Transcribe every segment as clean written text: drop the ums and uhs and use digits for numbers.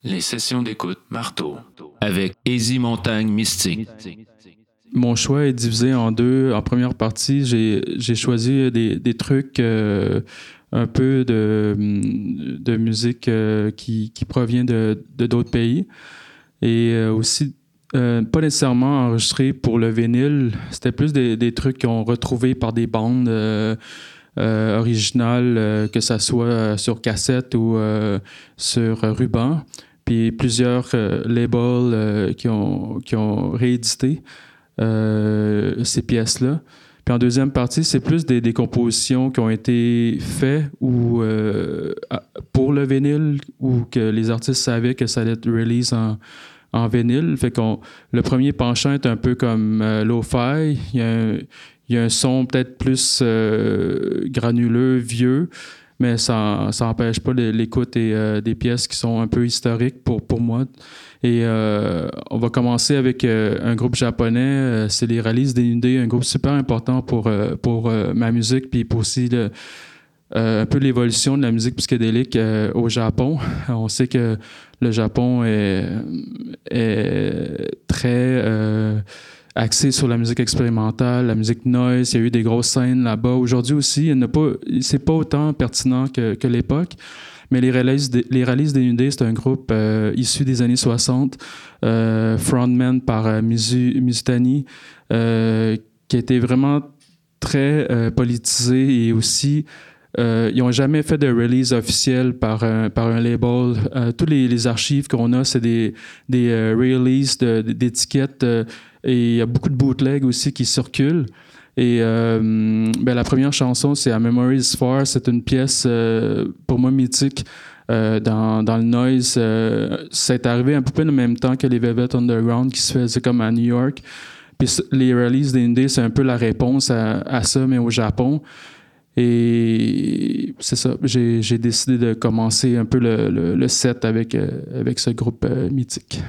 Les sessions d'écoute Marteau avec Easy Montagne Mystique. Mon choix est divisé en deux. En première partie, j'ai choisi des trucs un peu de musique qui provient de d'autres pays. Et aussi, pas nécessairement enregistré pour le vinyle. C'était plus des trucs qu'on ont retrouvés par des bandes originales, que ça soit sur cassette ou sur ruban. Puis plusieurs labels qui ont réédité ces pièces-là. Puis en deuxième partie, c'est plus des compositions qui ont été faites ou pour le vinyle ou que les artistes savaient que ça allait être release en vinyle. Fait qu'on le premier penchant est un peu comme lo-fi. Il y a un son peut-être plus granuleux, vieux, mais ça n'empêche pas l'écoute des pièces qui sont un peu historiques pour moi. Et on va commencer avec un groupe japonais, c'est les Rallye Denunde, un groupe super important pour ma musique, puis pour aussi un peu l'évolution de la musique psychédélique au Japon. On sait que le Japon est très axé sur la musique expérimentale, la musique noise. Il y a eu des grosses scènes là-bas. Aujourd'hui aussi, c'est pas autant pertinent que l'époque. Mais les Rallye Denunde, c'est un groupe issu des années 60, frontman par Mizutani, qui a été vraiment très politisé et aussi ils n'ont jamais fait de release officielle par un label. Tous les archives qu'on a, c'est des releases d'étiquettes et il y a beaucoup de bootlegs aussi qui circulent. Et la première chanson, c'est A Memory is Far. C'est une pièce pour moi mythique dans le noise. C'est arrivé un peu près en même temps que les Velvet Underground qui se faisaient comme à New York. Puis les Rallye Denunde, c'est un peu la réponse à ça, mais au Japon. Et c'est ça, j'ai décidé de commencer un peu le set avec ce groupe mythique.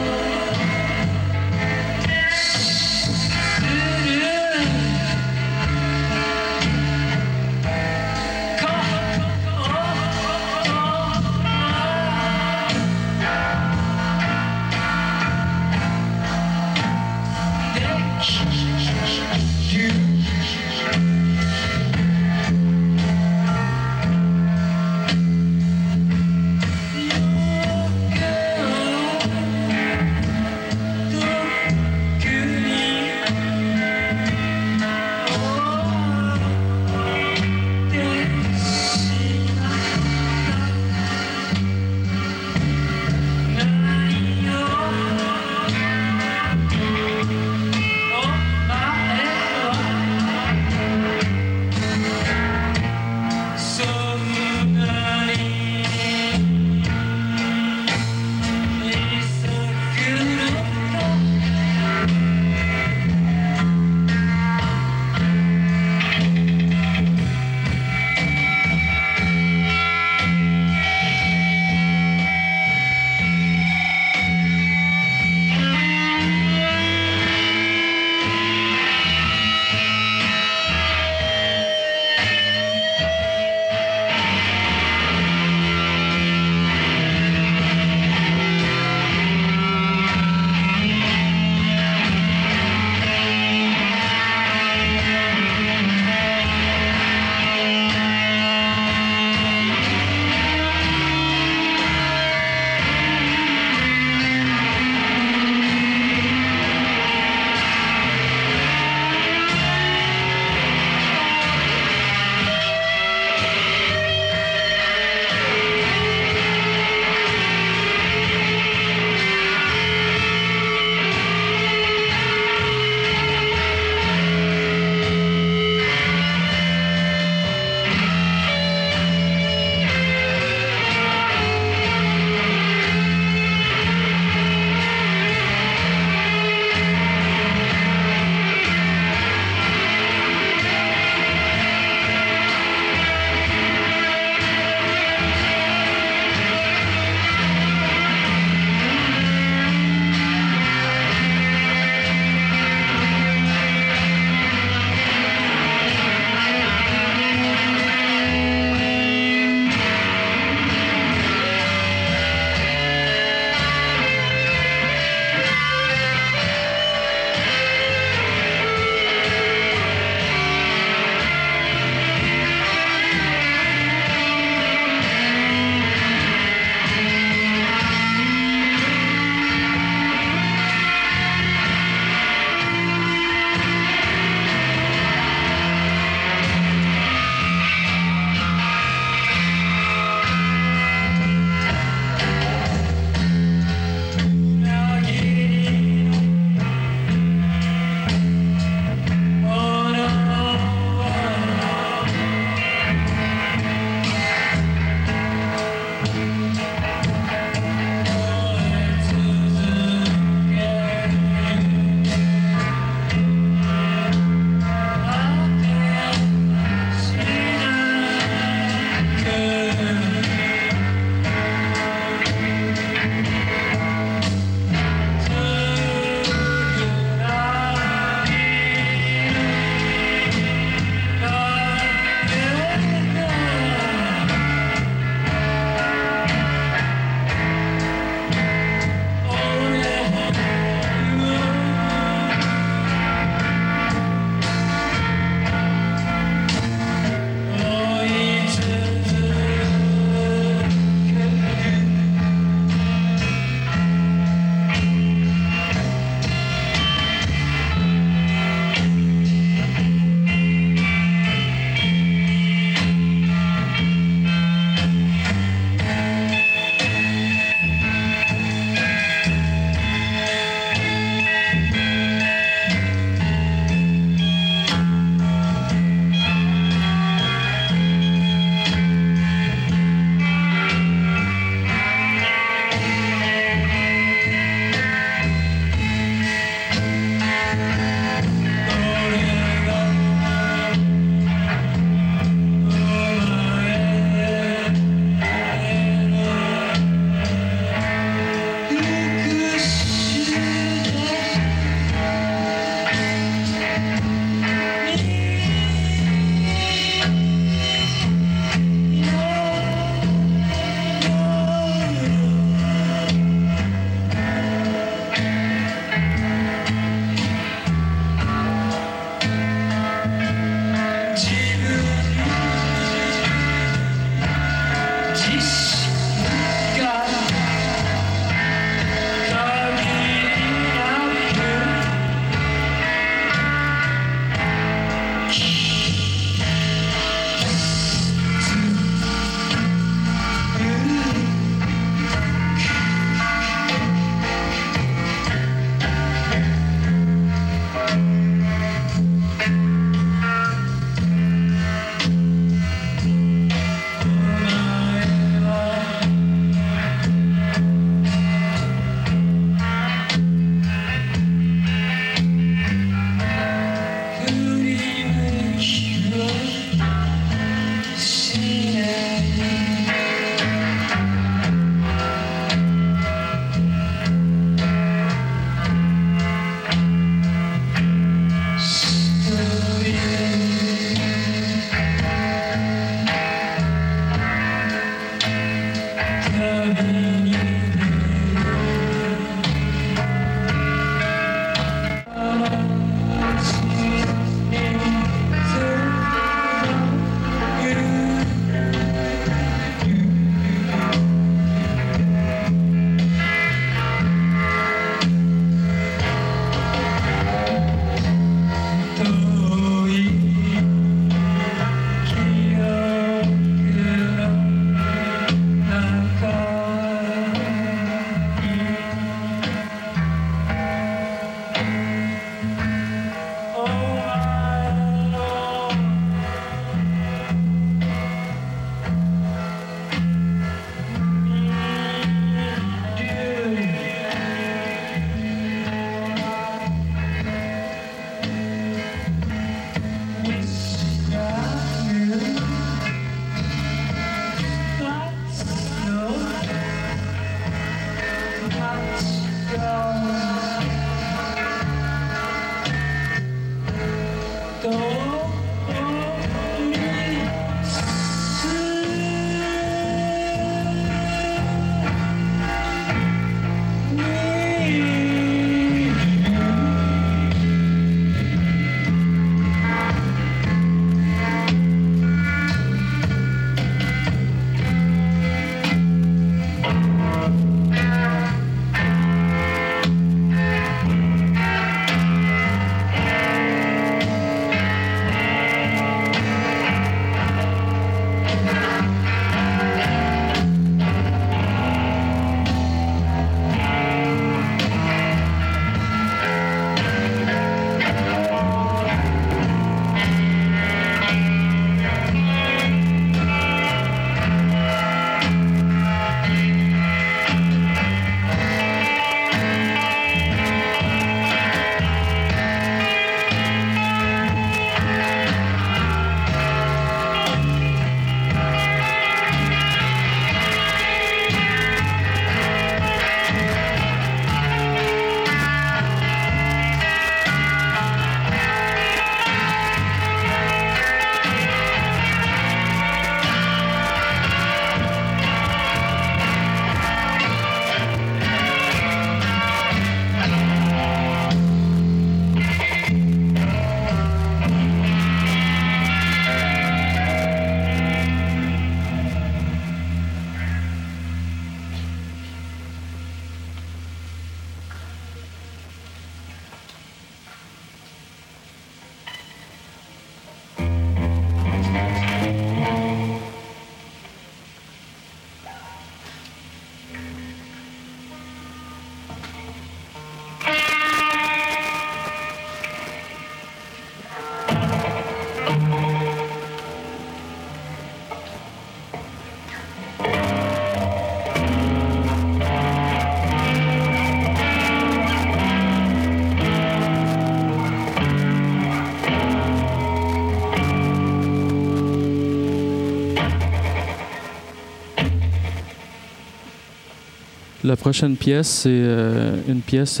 La prochaine pièce, c'est une pièce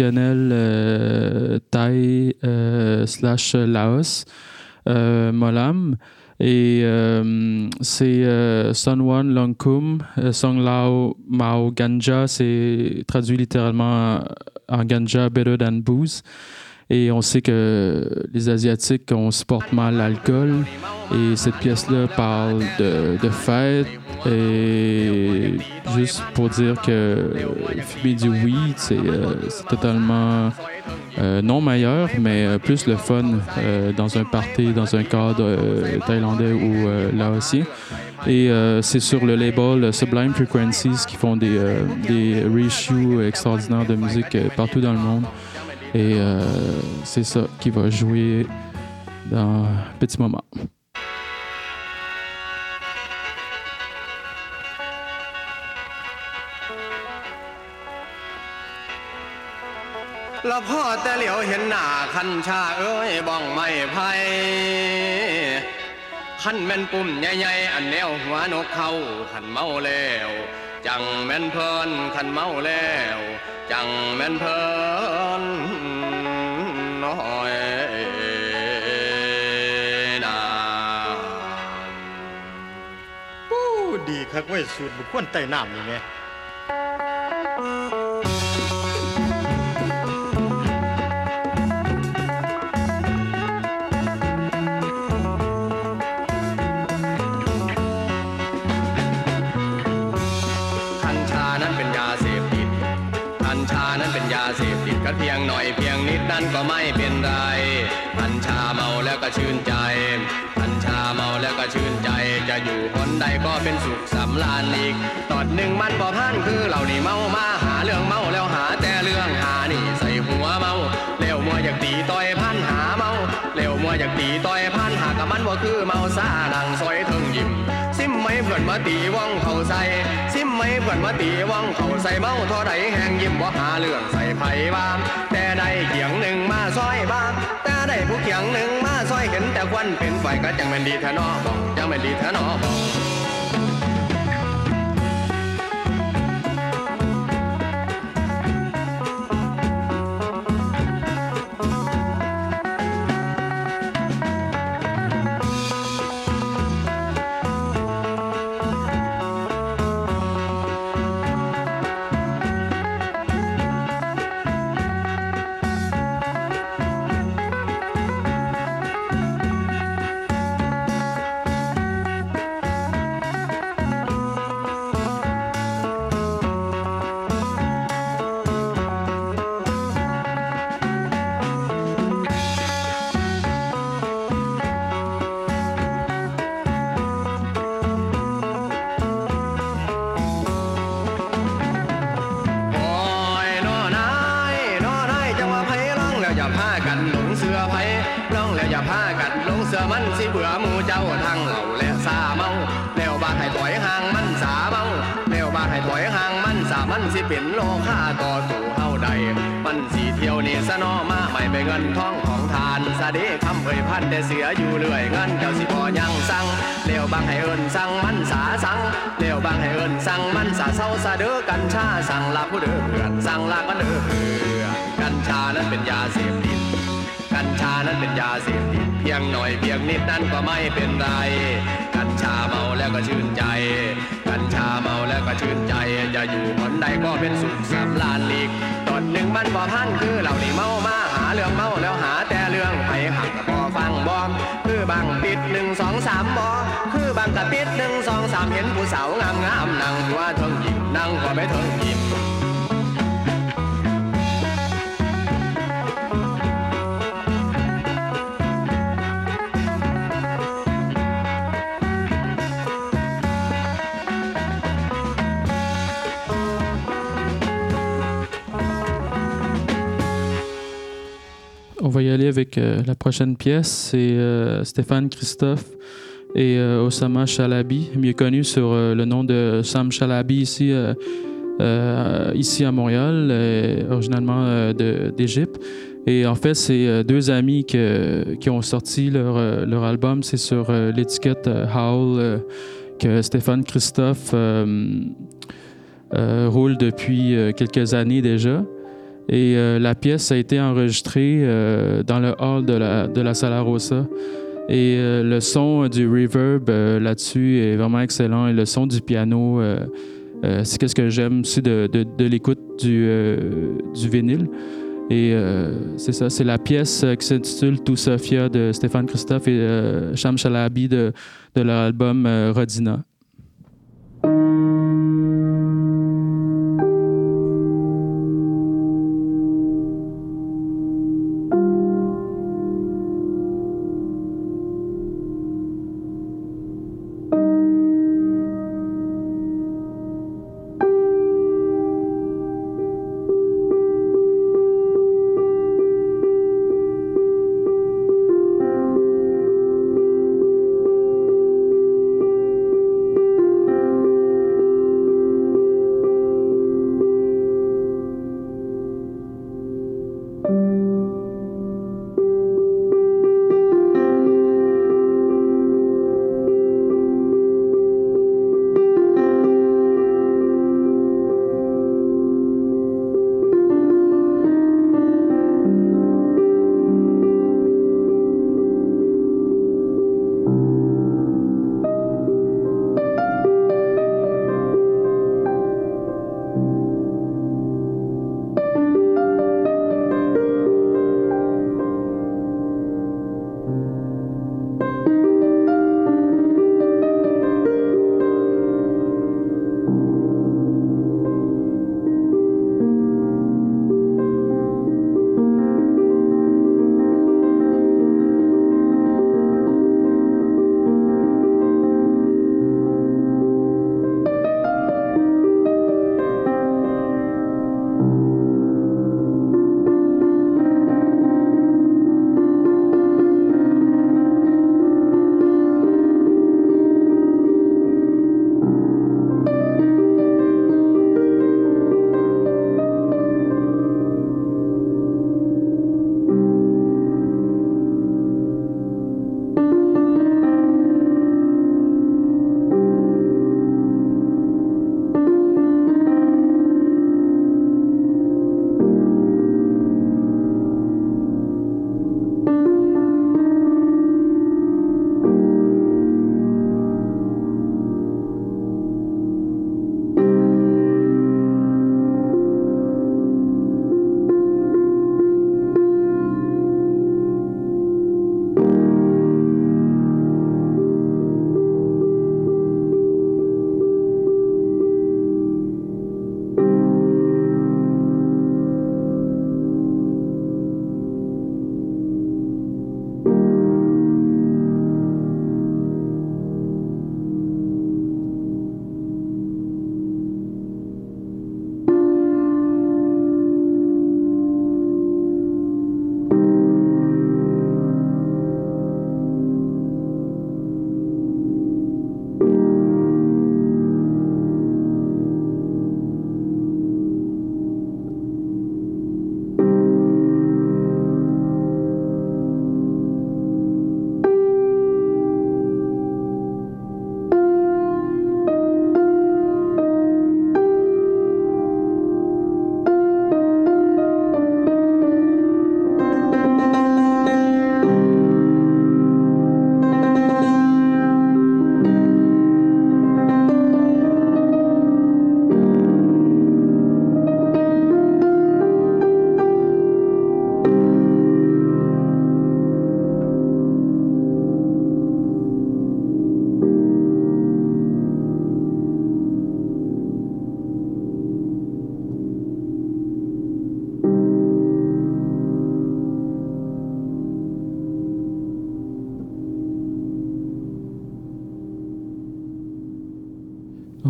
traditionnelle thaï / Laos, Molam. Et c'est Sonwan Longkum, Song Lao Mao Ganja, c'est traduit littéralement en Ganja, better than booze. Et on sait que les Asiatiques, on supporte mal l'alcool. Et cette pièce-là parle de fête. Et juste pour dire que fumer du weed, c'est totalement non meilleur, mais plus le fun dans un party, dans un cadre thaïlandais ou laotien. Et c'est sur le label Sublime Frequencies qui font des reissues extraordinaires de musique partout dans le monde. Et c'est ça qui va jouer dans un petit moment. แล้วพ่อแต่เหลียวเห็นหน้าคันชาเอ้ยบ้องไม่ไผ่คันแม่นปุ่มใหญ่ๆอันแนวหัวนกเขาคันเมาแล้วจังแม่นเพิ่นคันเมาแล้วจังแม่นเพิ่นน้อยนาปู้ดีคักไว้สูตรบุคคลใต้น้ำนี่แม่เพียงหน่อยเพียงนิดนั้นก็ไม่เป็นไรกัญชาเมาแล้วก็ชื่นใจกัญชาเมาแล้วก็ชื่นใจจะอยู่คนใดก็เป็นสุขสำราญอีกตอนหนึ่งมันบ่พันคือเหล่านี้เมามาหาเรื่องเมาแล้วหาแต่เรื่องหานี่ใส่หัวเมาเลี้ยวมัวอยากตีต่อยพันหาเมาเลี้ยวมัวอยากตีต่อยพันหากับมันบ่คือเมาซ่าดังซอยถึงยิ้มซิมไม่เพื่อนมาตีว่องเขาใส่ซิมไม่เพื่อนมาตีว่องเขาใส่เมาเท่าใดแหงยิ้มบ่หาเรื่องใส่ไผ่บ้างแต่ได้เขียงหนึ่งมาซอยบ้างแต่ได้ผู้เขียงหนึ่งมาซอยเห็นแต่ควันเป็นไฟก็จังแม่นดีแท้นอบอกจังแม่นดีแท้นอบอกก็มันสิเบื่อหมู่เจ้าทั้งเหล่าและซาเมาแล้วบาดให้ถอยห่างมันสาเมาแล้วบาดให้ถอยห่างมันสามันสิเป็นโลค่าต่อตู่เฮาใดมันสิเที่ยวนี่สะนอมาไม่ไปเงินทองของทานสะเดคำเอ่ยพันแต่เสียอยู่เรื่อยเงินเจ้าสิบ่ยังสั่งแล้วบางให้เอิ้นสั่งมันสาสั่งแล้วบางให้เอิ้นสั่งมันสาเศร้าสะเด้อกัญชาสั่งลาผู้เด้อเพื่อนสั่งลาก็เด้อเพื่อนกัญชานั้นเป็นยาเสพติดกัญชานั้นเป็นยาเสพติดเพียงหน่อยเพียงนิดนั้นก็ไม่เป็นไรกัญชาเมาแล้วก็ชื่นใจกัญชาเมาแล้วก็ชื่นใจจะอยู่หนใดก็เป็นสุขสำราญอีกตอนหนึ่งมันบ่พันคือเหล่านี้เมามาหาเรื่องเมาแล้วหาแต่เรื่องไปหักบ่ฟังบ่คือบางปิด1 2 3บ่คือบางกะปิด1 2 3เห็นผู้สาวงามงามนั่งหัวเทิงหญิงนั่งก็ไม่เทิงหญิง On va y aller avec la prochaine pièce. C'est Stéphane Christophe et Osama Chalabi, mieux connu sur le nom de Sam Chalabi ici à Montréal, originalement d'Égypte. Et en fait, c'est deux amis qui ont sorti leur album. C'est sur l'étiquette Howl que Stéphane Christophe roule depuis quelques années déjà. Et la pièce a été enregistrée dans le hall de la Sala Rosa. Et le son du reverb là-dessus est vraiment excellent. Et le son du piano, c'est ce que j'aime aussi de l'écoute du vinyle. Et c'est ça, c'est la pièce qui s'intitule Tout Sophia de Stéphane Christophe et Sam Chalabi de leur album Rodina.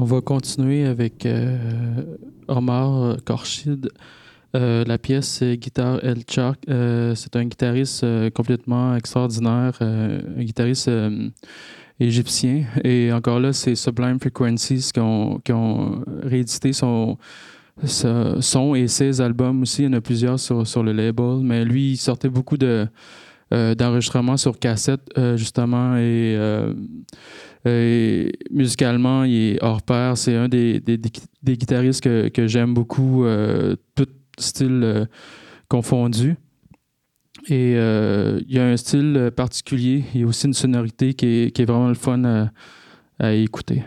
va continuer avec Omar Khorshid. La pièce c'est Guitare El Chak. C'est un guitariste complètement extraordinaire, un guitariste égyptien. Et encore là, c'est Sublime Frequencies qui ont réédité son et ses albums aussi. Il y en a plusieurs sur le label. Mais lui, il sortait beaucoup d'enregistrements sur cassette, justement. Et musicalement, il est hors pair. C'est un des guitaristes que j'aime beaucoup, tout style confondu. Et il y a un style particulier. Il y a aussi une sonorité qui est vraiment le fun à écouter.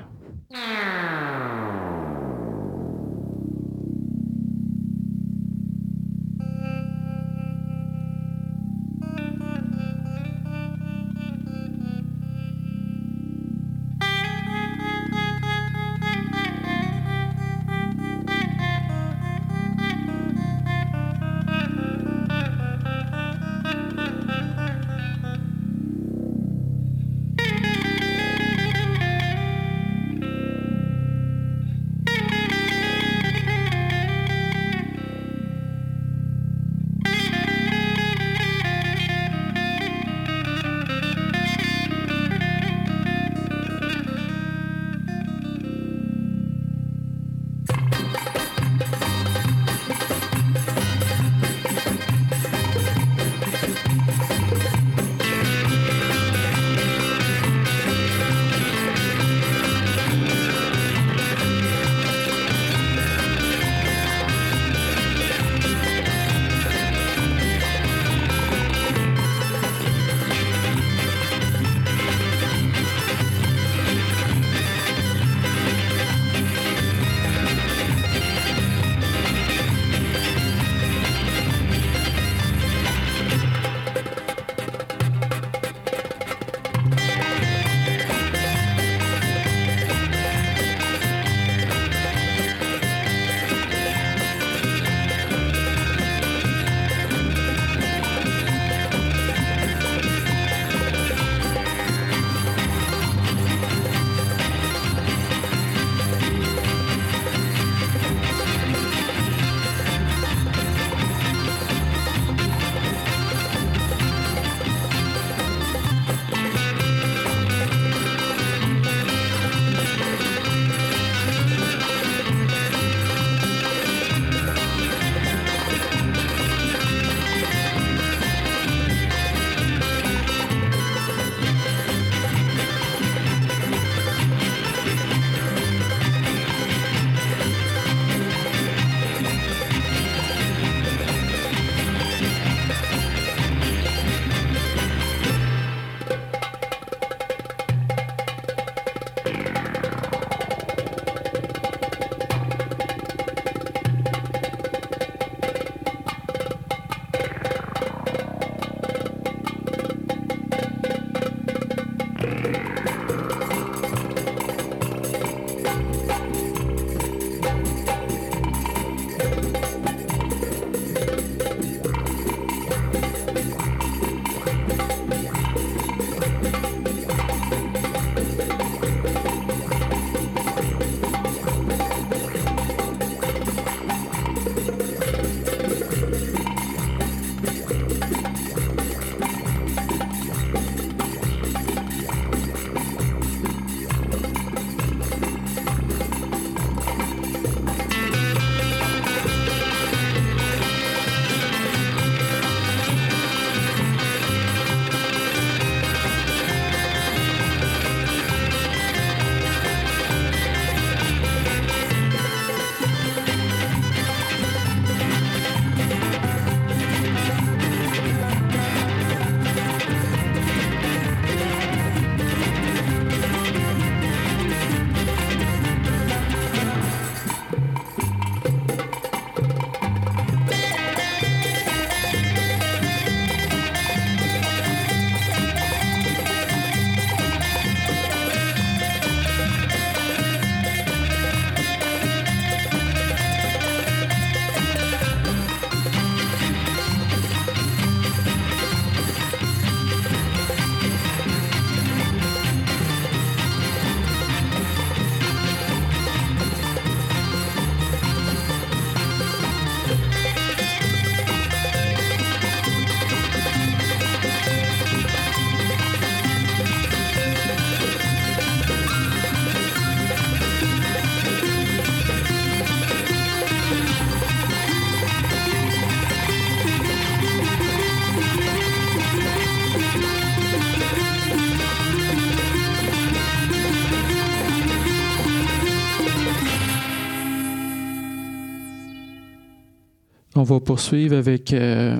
On va poursuivre avec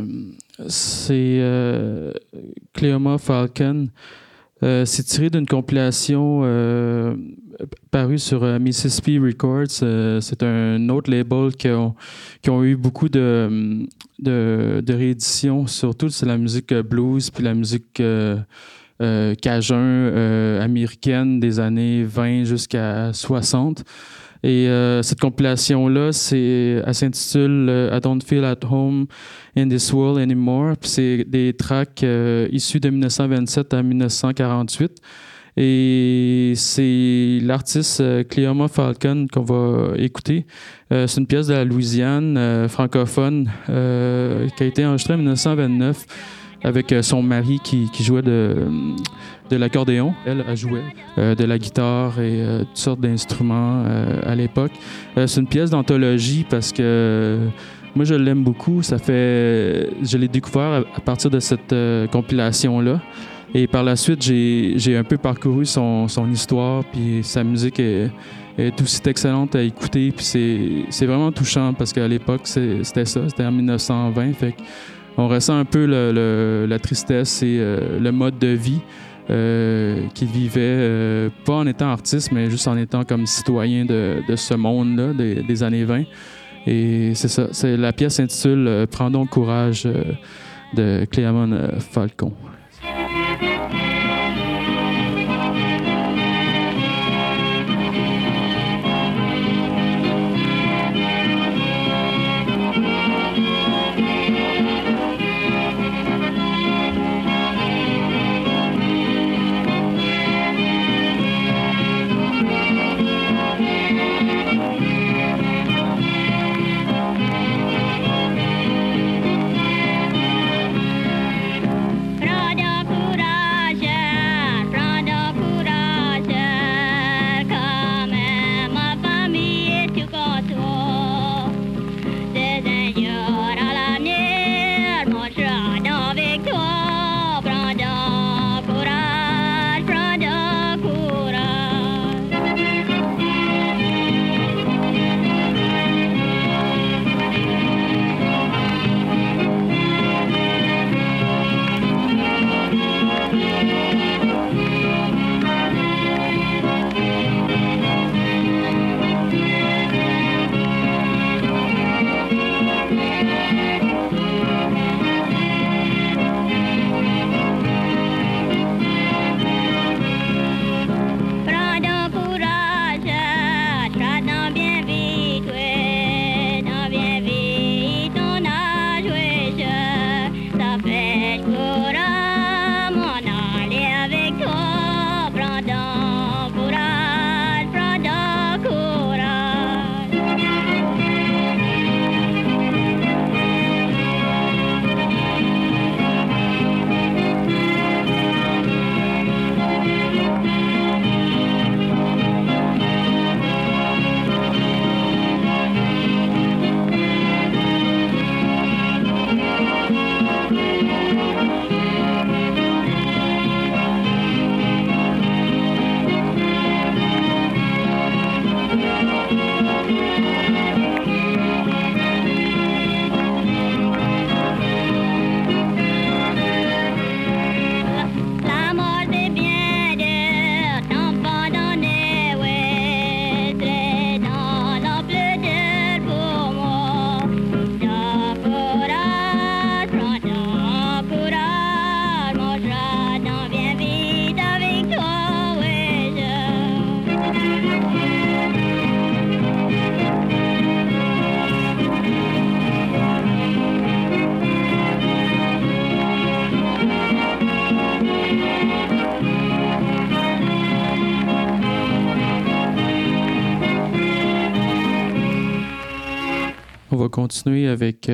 Cleoma Falcon. C'est tiré d'une compilation parue sur Mississippi Records. C'est un autre label qui ont eu beaucoup de rééditions. Surtout, c'est la musique blues puis la musique cajun américaine des années 20 jusqu'à 60. Et cette compilation-là, elle s'intitule I Don't Feel at Home in This World Anymore. Puis c'est des tracks issus de 1927 à 1948. Et c'est l'artiste Cleoma Falcon qu'on va écouter. C'est une pièce de la Louisiane francophone qui a été enregistrée en 1929 avec son mari qui jouait de l'accordéon. Elle jouait de la guitare et toutes sortes d'instruments à l'époque. C'est une pièce d'anthologie parce que moi, je l'aime beaucoup. Je l'ai découvert à partir de cette compilation-là. Et par la suite, j'ai un peu parcouru son histoire, puis sa musique est aussi excellente à écouter. Puis c'est vraiment touchant parce qu'à l'époque, c'était ça. C'était en 1920. Fait on ressent un peu la tristesse et le mode de vie qu'il vivait, pas en étant artiste, mais juste en étant comme citoyen de ce monde-là des années 20. Et c'est ça. La pièce s'intitule « Prends donc courage » de Cleoma Falcon. On va continuer avec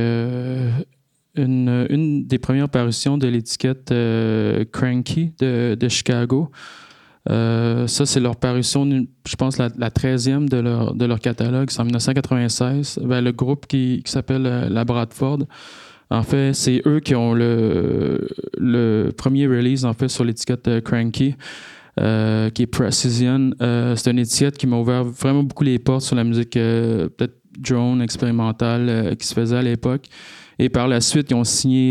une des premières parutions de l'étiquette Cranky de Chicago. Ça, c'est leur parution, je pense, la 13e de leur catalogue. C'est en 1996. Le groupe qui s'appelle la Bradford. En fait, c'est eux qui ont le premier release en fait sur l'étiquette Cranky. qui est Precision. C'est une étiquette qui m'a ouvert vraiment beaucoup les portes sur la musique peut-être drone expérimentale qui se faisait à l'époque. Et par la suite, ils ont signé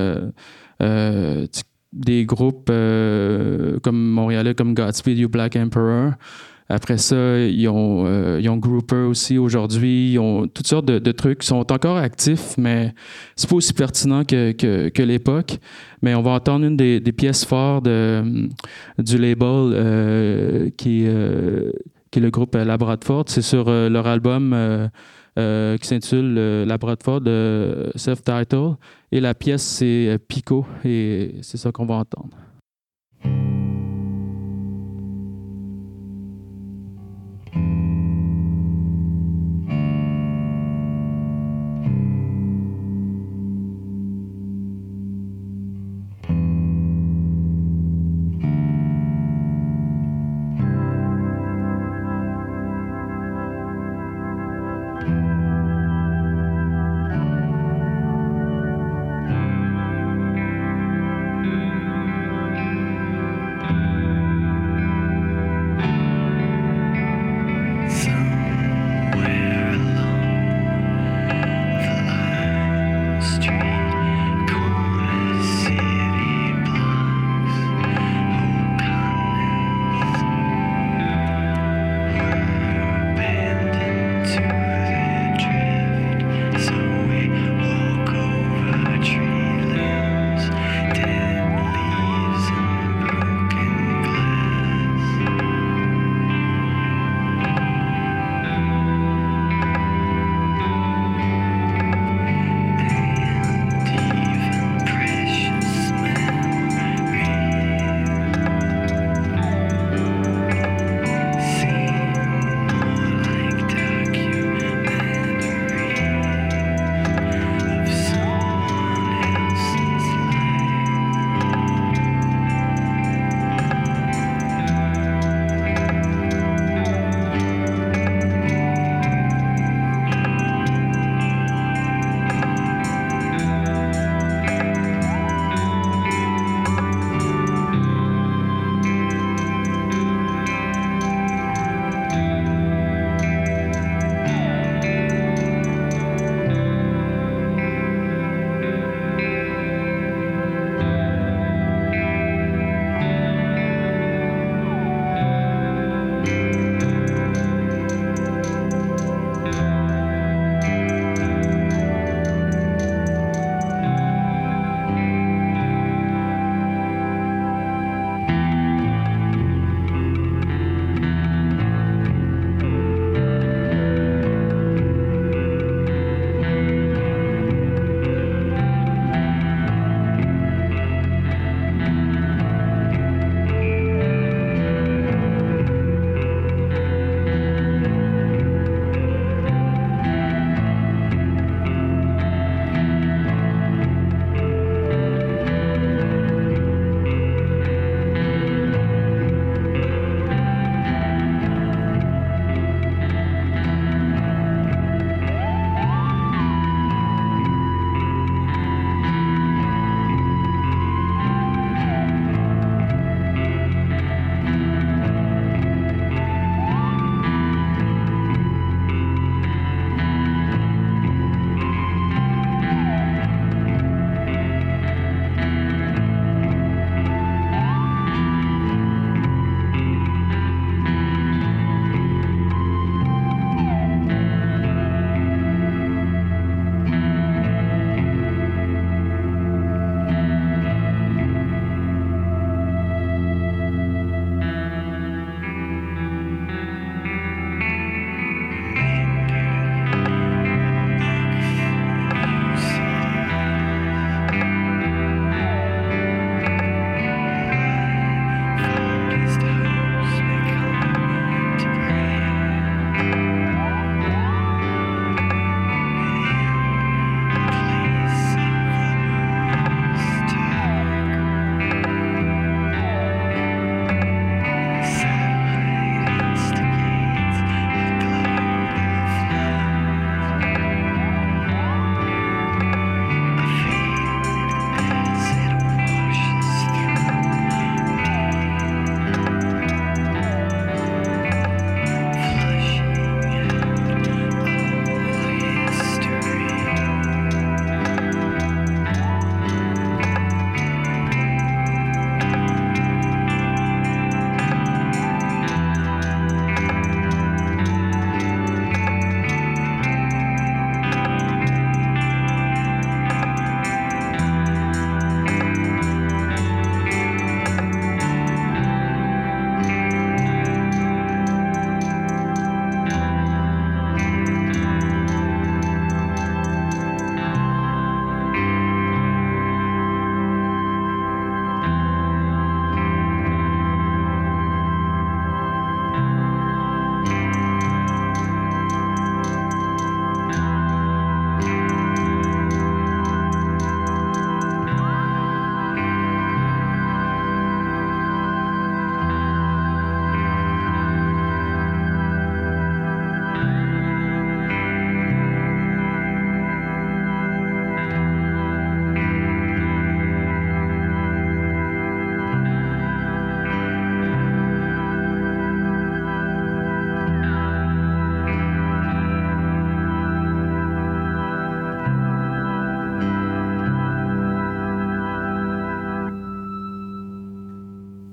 des groupes comme montréalais, comme Godspeed You Black Emperor. Après ça, ils ont Grouper aussi aujourd'hui. Ils ont toutes sortes de trucs qui sont encore actifs, mais c'est pas aussi pertinent que l'époque. Mais on va entendre une des pièces fortes du label qui est le groupe La Bradford. C'est sur leur album qui s'intitule La Bradford Self-Title. Et la pièce, c'est Pico. Et c'est ça qu'on va entendre.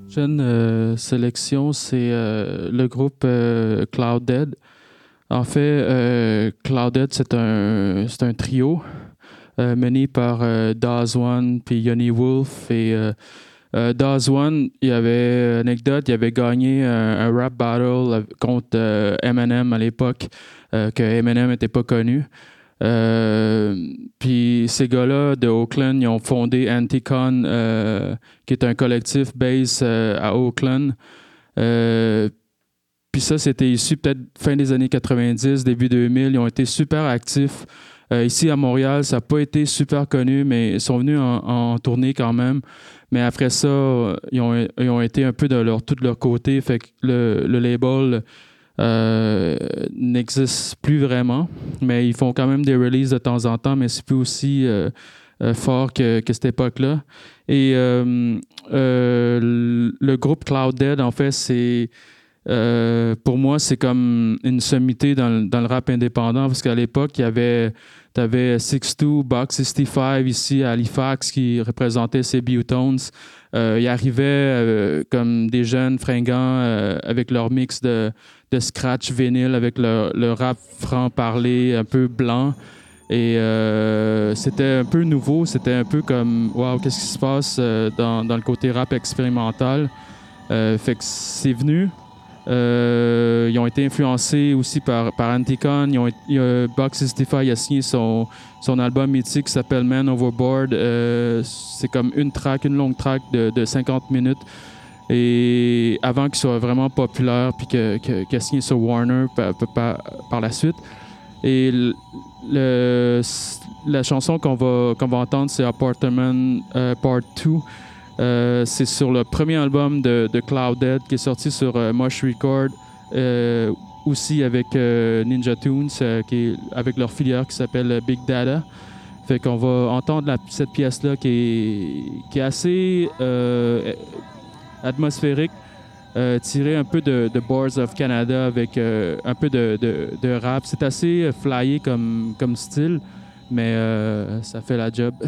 Prochaine sélection, c'est le groupe Cloud Dead. En fait, Cloud Dead, c'est un trio mené par Daz One puis Yoni Wolf. Et Daz One, il y avait anecdote, il avait gagné un rap battle contre Eminem à l'époque, que Eminem n'était pas connu. Puis ces gars-là de Oakland, ils ont fondé Anticon, qui est un collectif base à Oakland. Puis ça, c'était issu peut-être fin des années 90, début 2000. Ils ont été super actifs. Ici à Montréal, ça n'a pas été super connu, mais ils sont venus en tournée quand même. Mais après ça, ils ont été un peu de tout de leur côté. Fait que le label n'existe plus vraiment, mais ils font quand même des releases de temps en temps, mais c'est plus aussi fort que cette époque-là. Et le groupe Cloud Dead, en fait, c'est pour moi, c'est comme une sommité dans le rap indépendant, parce qu'à l'époque, t'avais 6-2, Box 65 ici à Halifax qui représentait ces Butones. Ils arrivaient comme des jeunes fringants avec leur mix de scratch vinyle, avec le rap franc-parler un peu blanc. Et c'était un peu nouveau, c'était un peu comme « Wow, qu'est-ce qui se passe dans le côté rap expérimental? » Fait que c'est venu. Ils ont été influencés aussi par Anticon. Box 65 a signé son album mythique qui s'appelle Man Overboard. C'est comme une longue track de 50 minutes. Et avant qu'il soit vraiment populaire, puis qu'il a signé sur Warner par la suite. Et la chanson qu'on va entendre, c'est Apartment Part 2. C'est sur le premier album de Cloud Dead qui est sorti sur Mosh Record, aussi avec Ninja Tunes, avec leur filière qui s'appelle Big Data. Fait qu'on va entendre cette pièce-là qui est assez atmosphérique, tirée un peu de Boards of Canada avec un peu de rap. C'est assez flyé comme style, mais ça fait la job.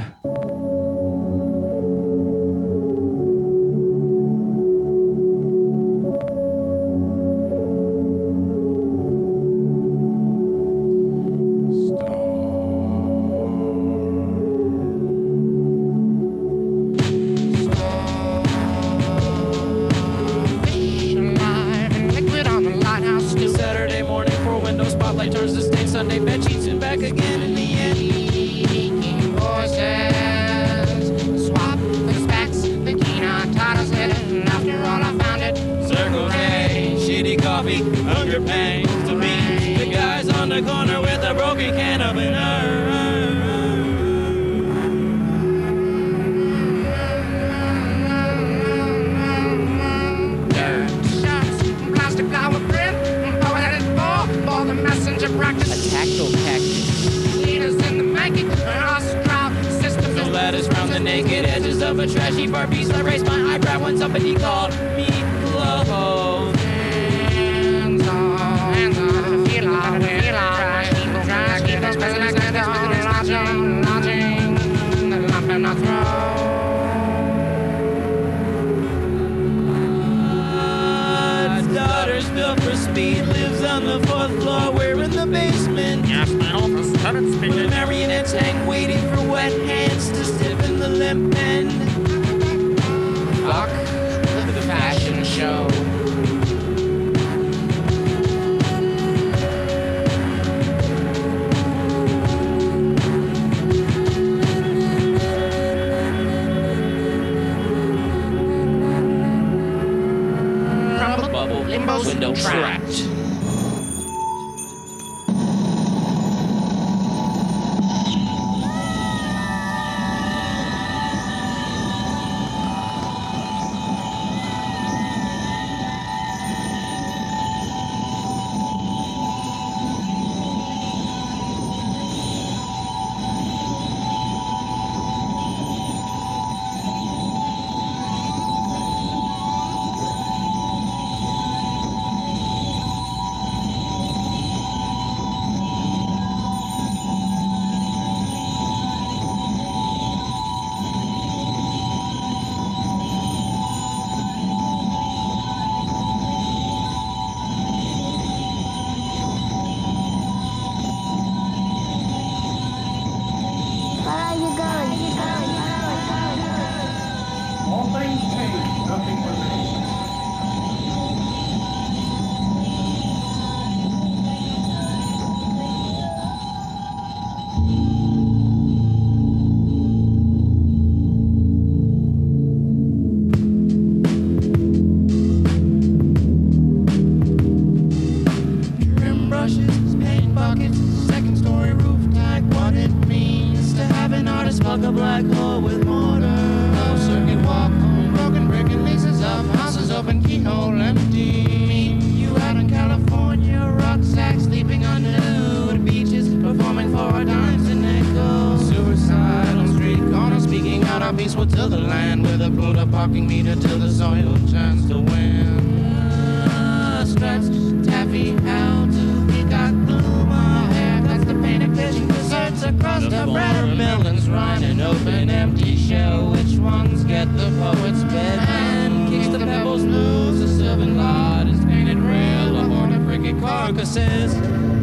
a black hole with mortar. Closed circuit walk home, broken brick and leases up, houses open, keyhole empty. Meet you out in California, rucksack sleeping on nude beaches, performing for dimes and nickels. Suicidal street corner, speaking out of peaceful to the land, with a Buddha parking meter till the soil turns to wind. Stretched taffy out to peacock bloom hair. That's the painted vision desserts across the bread. Melons running open, empty shell. Which ones get the poet's bed? And kicks the pebbles loose. A sylvan lot is painted real. A horde of cricket carcasses.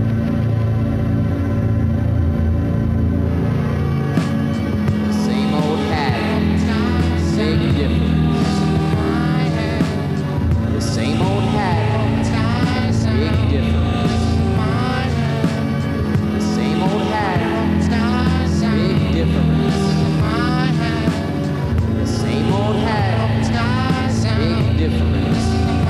The same old hat, same difference. The same old hat. Big difference. The same old hat. Big difference. The same old hat. Big difference.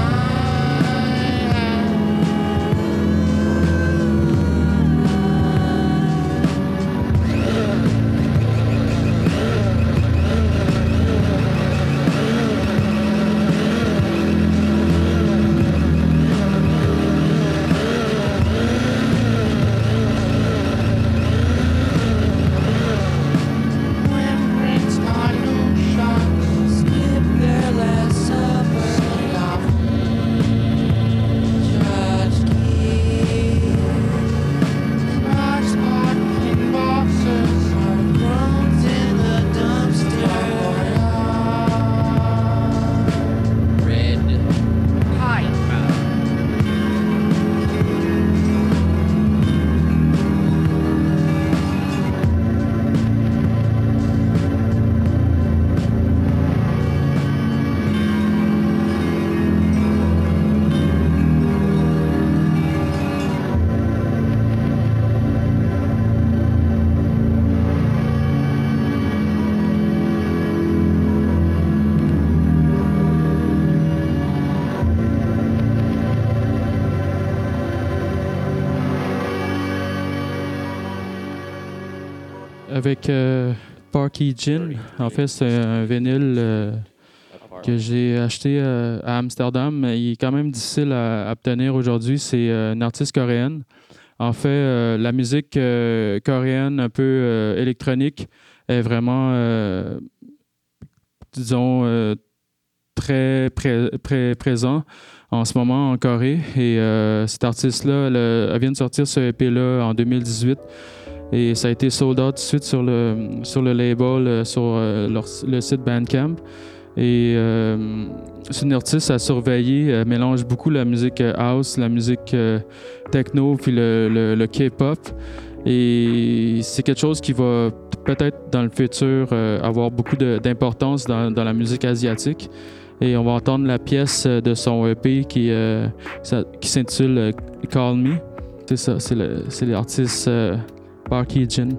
Avec Parky Gin. En fait, c'est un vinyle que j'ai acheté à Amsterdam. Il est quand même difficile à obtenir aujourd'hui. C'est une artiste coréenne. En fait, la musique coréenne un peu électronique est vraiment, disons, très présent en ce moment en Corée. Et cette artiste-là, elle vient de sortir ce EP-là en 2018. Et ça a été sold out tout de suite sur le label, sur le site Bandcamp. Et c'est une artiste à surveiller. Elle mélange beaucoup la musique house, la musique techno, puis le K-pop. Et c'est quelque chose qui va peut-être dans le futur avoir beaucoup d'importance dans la musique asiatique. Et on va entendre la pièce de son EP qui s'intitule Call Me. C'est ça, c'est l'artiste Parky Gin.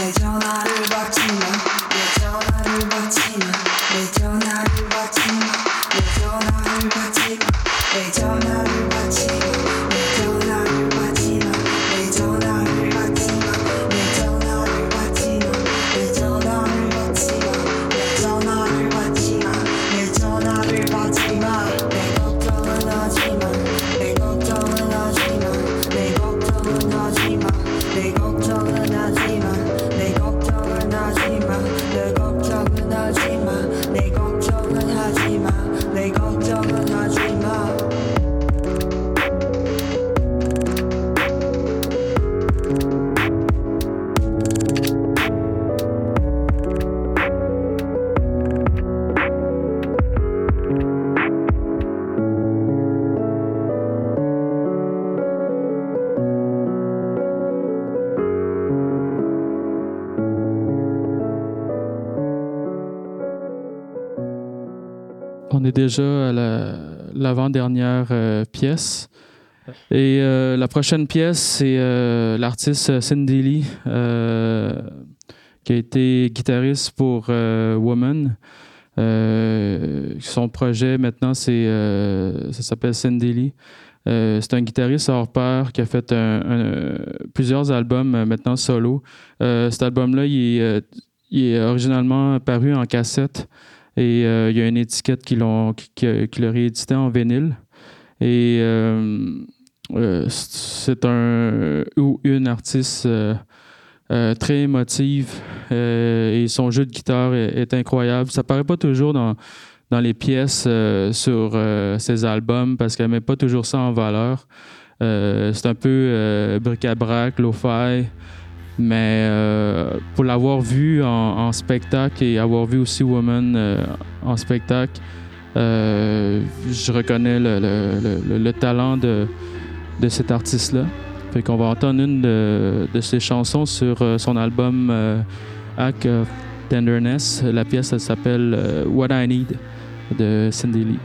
내 전화를 받지 마. 내 전화를 받지 마. 내 전화를 받지 마. 내 전화를 받지 마. 내 전화를 받지 마. 내 전화를 받지 마. 내 전화를 받지 마. 내 전화를 받지 마. 내 전화를 받지 마. 내 전화를 받지 마. 내 전화를 받지 마. 내 걱정은 하지 마. 내 걱정은 하지 마. 내 걱정은 하지 마. 내 걱정은 하지 마. 내 걱정은 하지 마. 내 걱정은 하지 마. 내 걱정은 하지 마. 내 걱정은 하지 마. On est déjà à l'avant-dernière pièce. Et la prochaine pièce, c'est l'artiste Cindy Lee, qui a été guitariste pour Woman. Son projet maintenant, ça s'appelle Cindy Lee. C'est un guitariste hors pair qui a fait plusieurs albums maintenant solo. Cet album-là, il est originalement paru en cassette. Et il y a une étiquette qui l'a réédité en vinyle. Et c'est un ou une artiste très émotive. Et son jeu de guitare est incroyable. Ça paraît pas toujours dans les pièces sur ses albums parce qu'elle met pas toujours ça en valeur. C'est un peu bric-à-brac, lo-fi. Mais pour l'avoir vu en spectacle et avoir vu aussi Woman en spectacle, je reconnais le talent de cet artiste-là. Fait qu'on va entendre une de ses chansons sur son album Act of Tenderness. La pièce, elle s'appelle What I Need de Cindy Lee.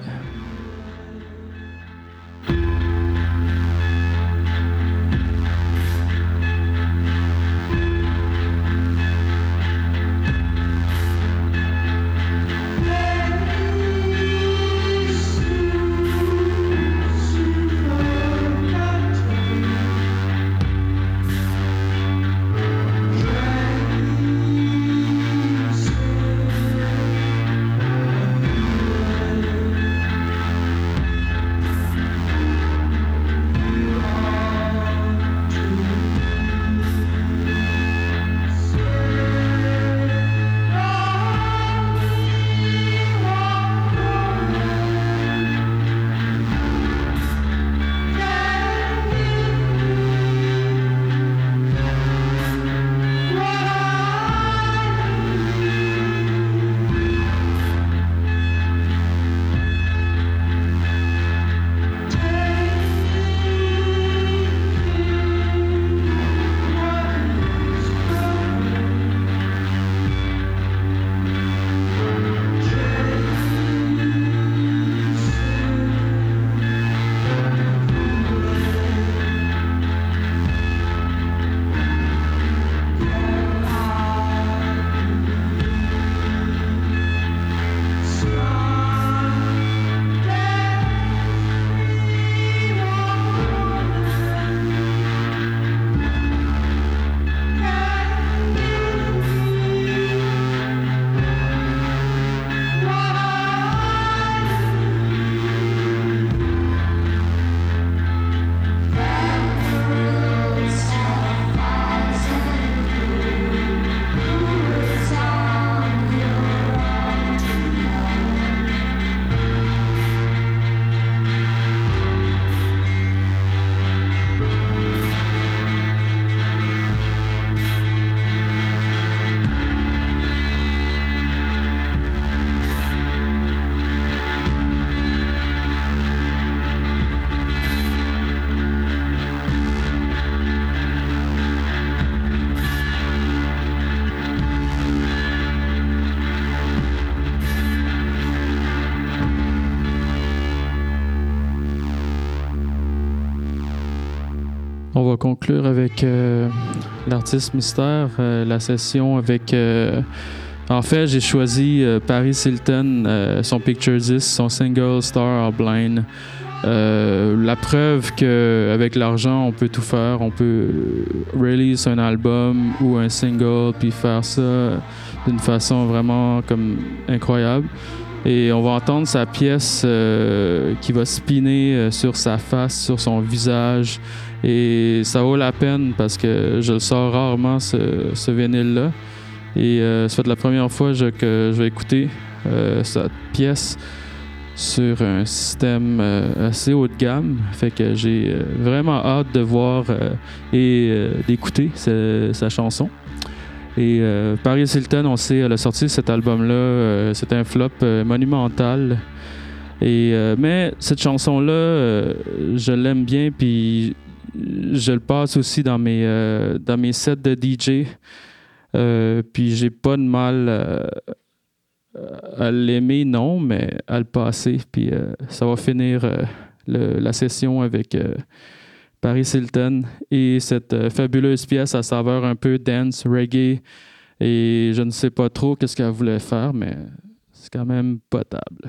conclure avec l'artiste mystère, la session avec... en fait, j'ai choisi Paris Hilton, son Picture Disc, son single Star Are Blind. La preuve qu'avec l'argent, on peut tout faire. On peut release un album ou un single puis faire ça d'une façon vraiment comme incroyable. Et on va entendre sa pièce qui va spinner sur sa face, sur son visage. Et ça vaut la peine parce que je le sors rarement, ce vinyle-là. Et ça fait la première fois que je vais écouter cette pièce sur un système assez haut de gamme. Fait que j'ai vraiment hâte de voir et d'écouter sa chanson. Et Paris Hilton, on sait, elle a sorti cet album-là. C'est un flop monumental. Mais cette chanson-là, je l'aime bien, puis je le passe aussi dans mes sets de DJ. Puis j'ai pas de mal à l'aimer, non, mais à le passer. Puis ça va finir la session avec Paris Hilton et cette fabuleuse pièce à saveur un peu dance, reggae. Et je ne sais pas trop qu'est-ce qu'elle voulait faire, mais c'est quand même potable.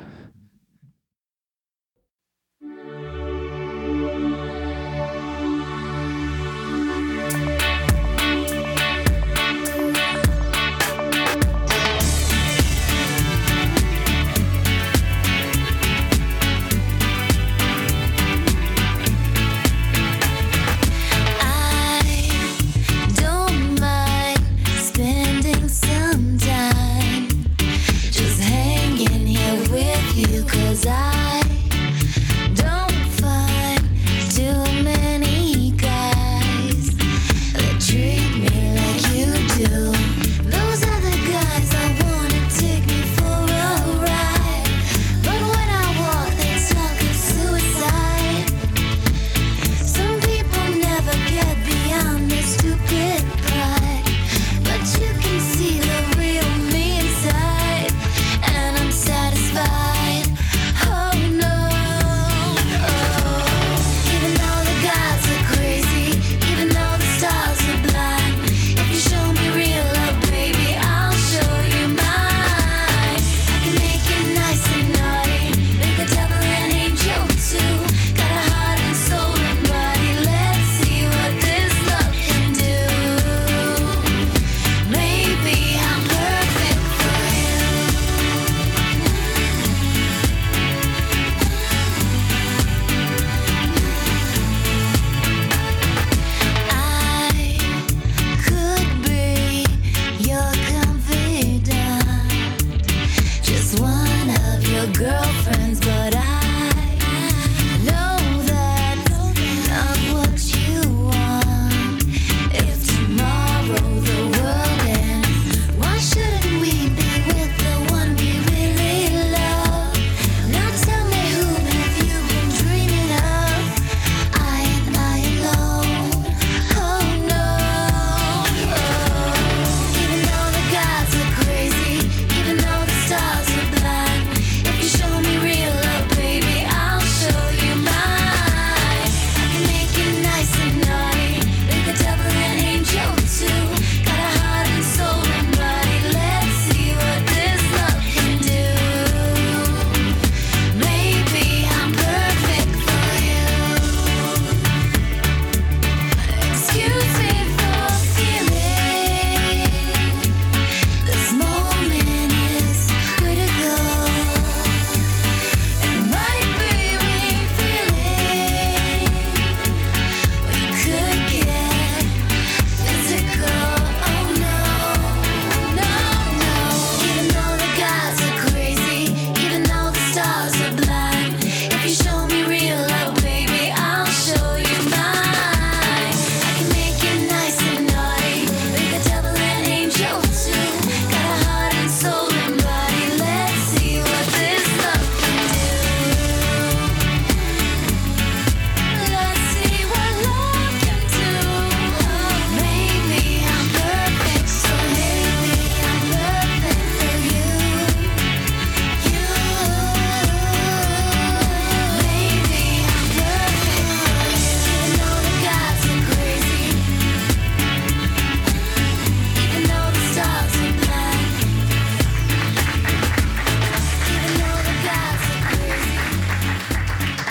Some time just hanging here with you.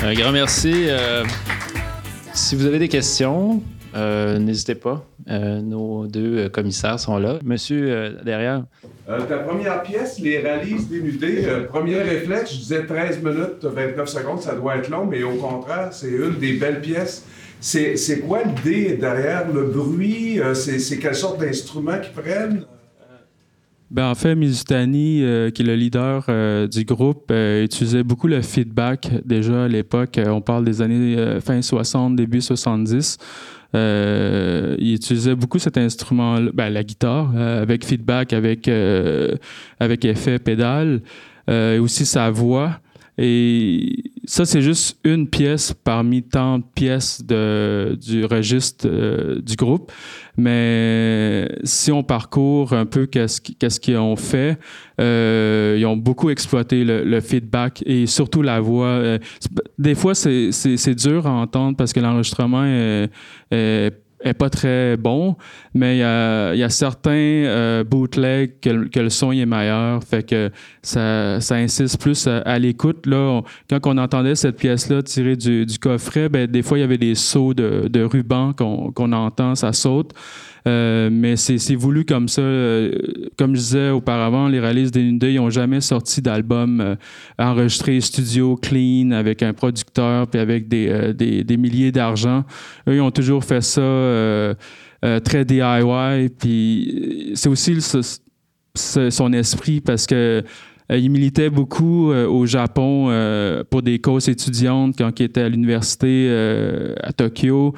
Un grand merci. Si vous avez des questions, n'hésitez pas. Nos deux commissaires sont là. Monsieur, derrière. Ta première pièce, Les Rallyes dénudées, premier réflexe, je disais 13 minutes, 29 secondes, ça doit être long, mais au contraire, c'est une des belles pièces. C'est quoi l'idée derrière le bruit? C'est quelle sorte d'instruments qu'ils prennent? Ben, en fait, Mizutani, qui est le leader du groupe, utilisait beaucoup le feedback déjà à l'époque. On parle des années fin 60, début 70. Il utilisait beaucoup cet instrument, la guitare, avec feedback, avec effet pédale, et aussi sa voix. Et ça, c'est juste une pièce parmi tant de pièces du registre du groupe. Mais si on parcourt un peu qu'est-ce qu'ils ont fait, ils ont beaucoup exploité le feedback et surtout la voix. Des fois, c'est dur à entendre parce que l'enregistrement est pas très bon, mais il y a certains bootlegs que le son est meilleur, fait que ça insiste plus à l'écoute. Là, quand on entendait cette pièce-là tirée du coffret, ben des fois il y avait des sauts de ruban qu'on entend, ça saute. Mais c'est voulu comme ça. Comme je disais auparavant, les Rallies dénudées, ils n'ont jamais sorti d'album enregistré studio clean avec un producteur puis avec des milliers d'argent. Eux, ils ont toujours fait ça très DIY. Puis c'est aussi son esprit parce que il militait beaucoup au Japon pour des causes étudiantes quand il était à l'université à Tokyo.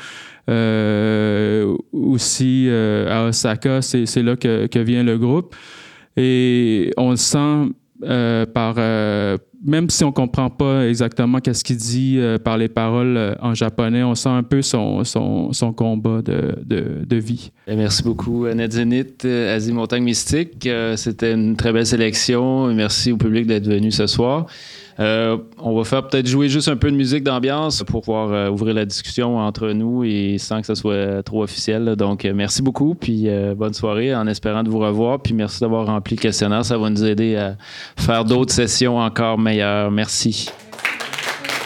Aussi à Osaka, c'est là que vient le groupe. Et on le sent même si on ne comprend pas exactement qu'est-ce qu'il dit par les paroles en japonais, on sent un peu son combat de vie. Merci beaucoup, Net Zénith, Asie Montagne Mystique. C'était une très belle sélection. Merci au public d'être venu ce soir. On va faire peut-être jouer juste un peu de musique d'ambiance pour pouvoir ouvrir la discussion entre nous et sans que ça soit trop officiel. Là. Donc, merci beaucoup, puis bonne soirée en espérant de vous revoir. Puis merci d'avoir rempli le questionnaire. Ça va nous aider à faire d'autres sessions encore meilleures. Merci.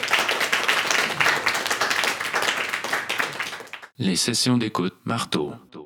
Les sessions d'écoute Marteau.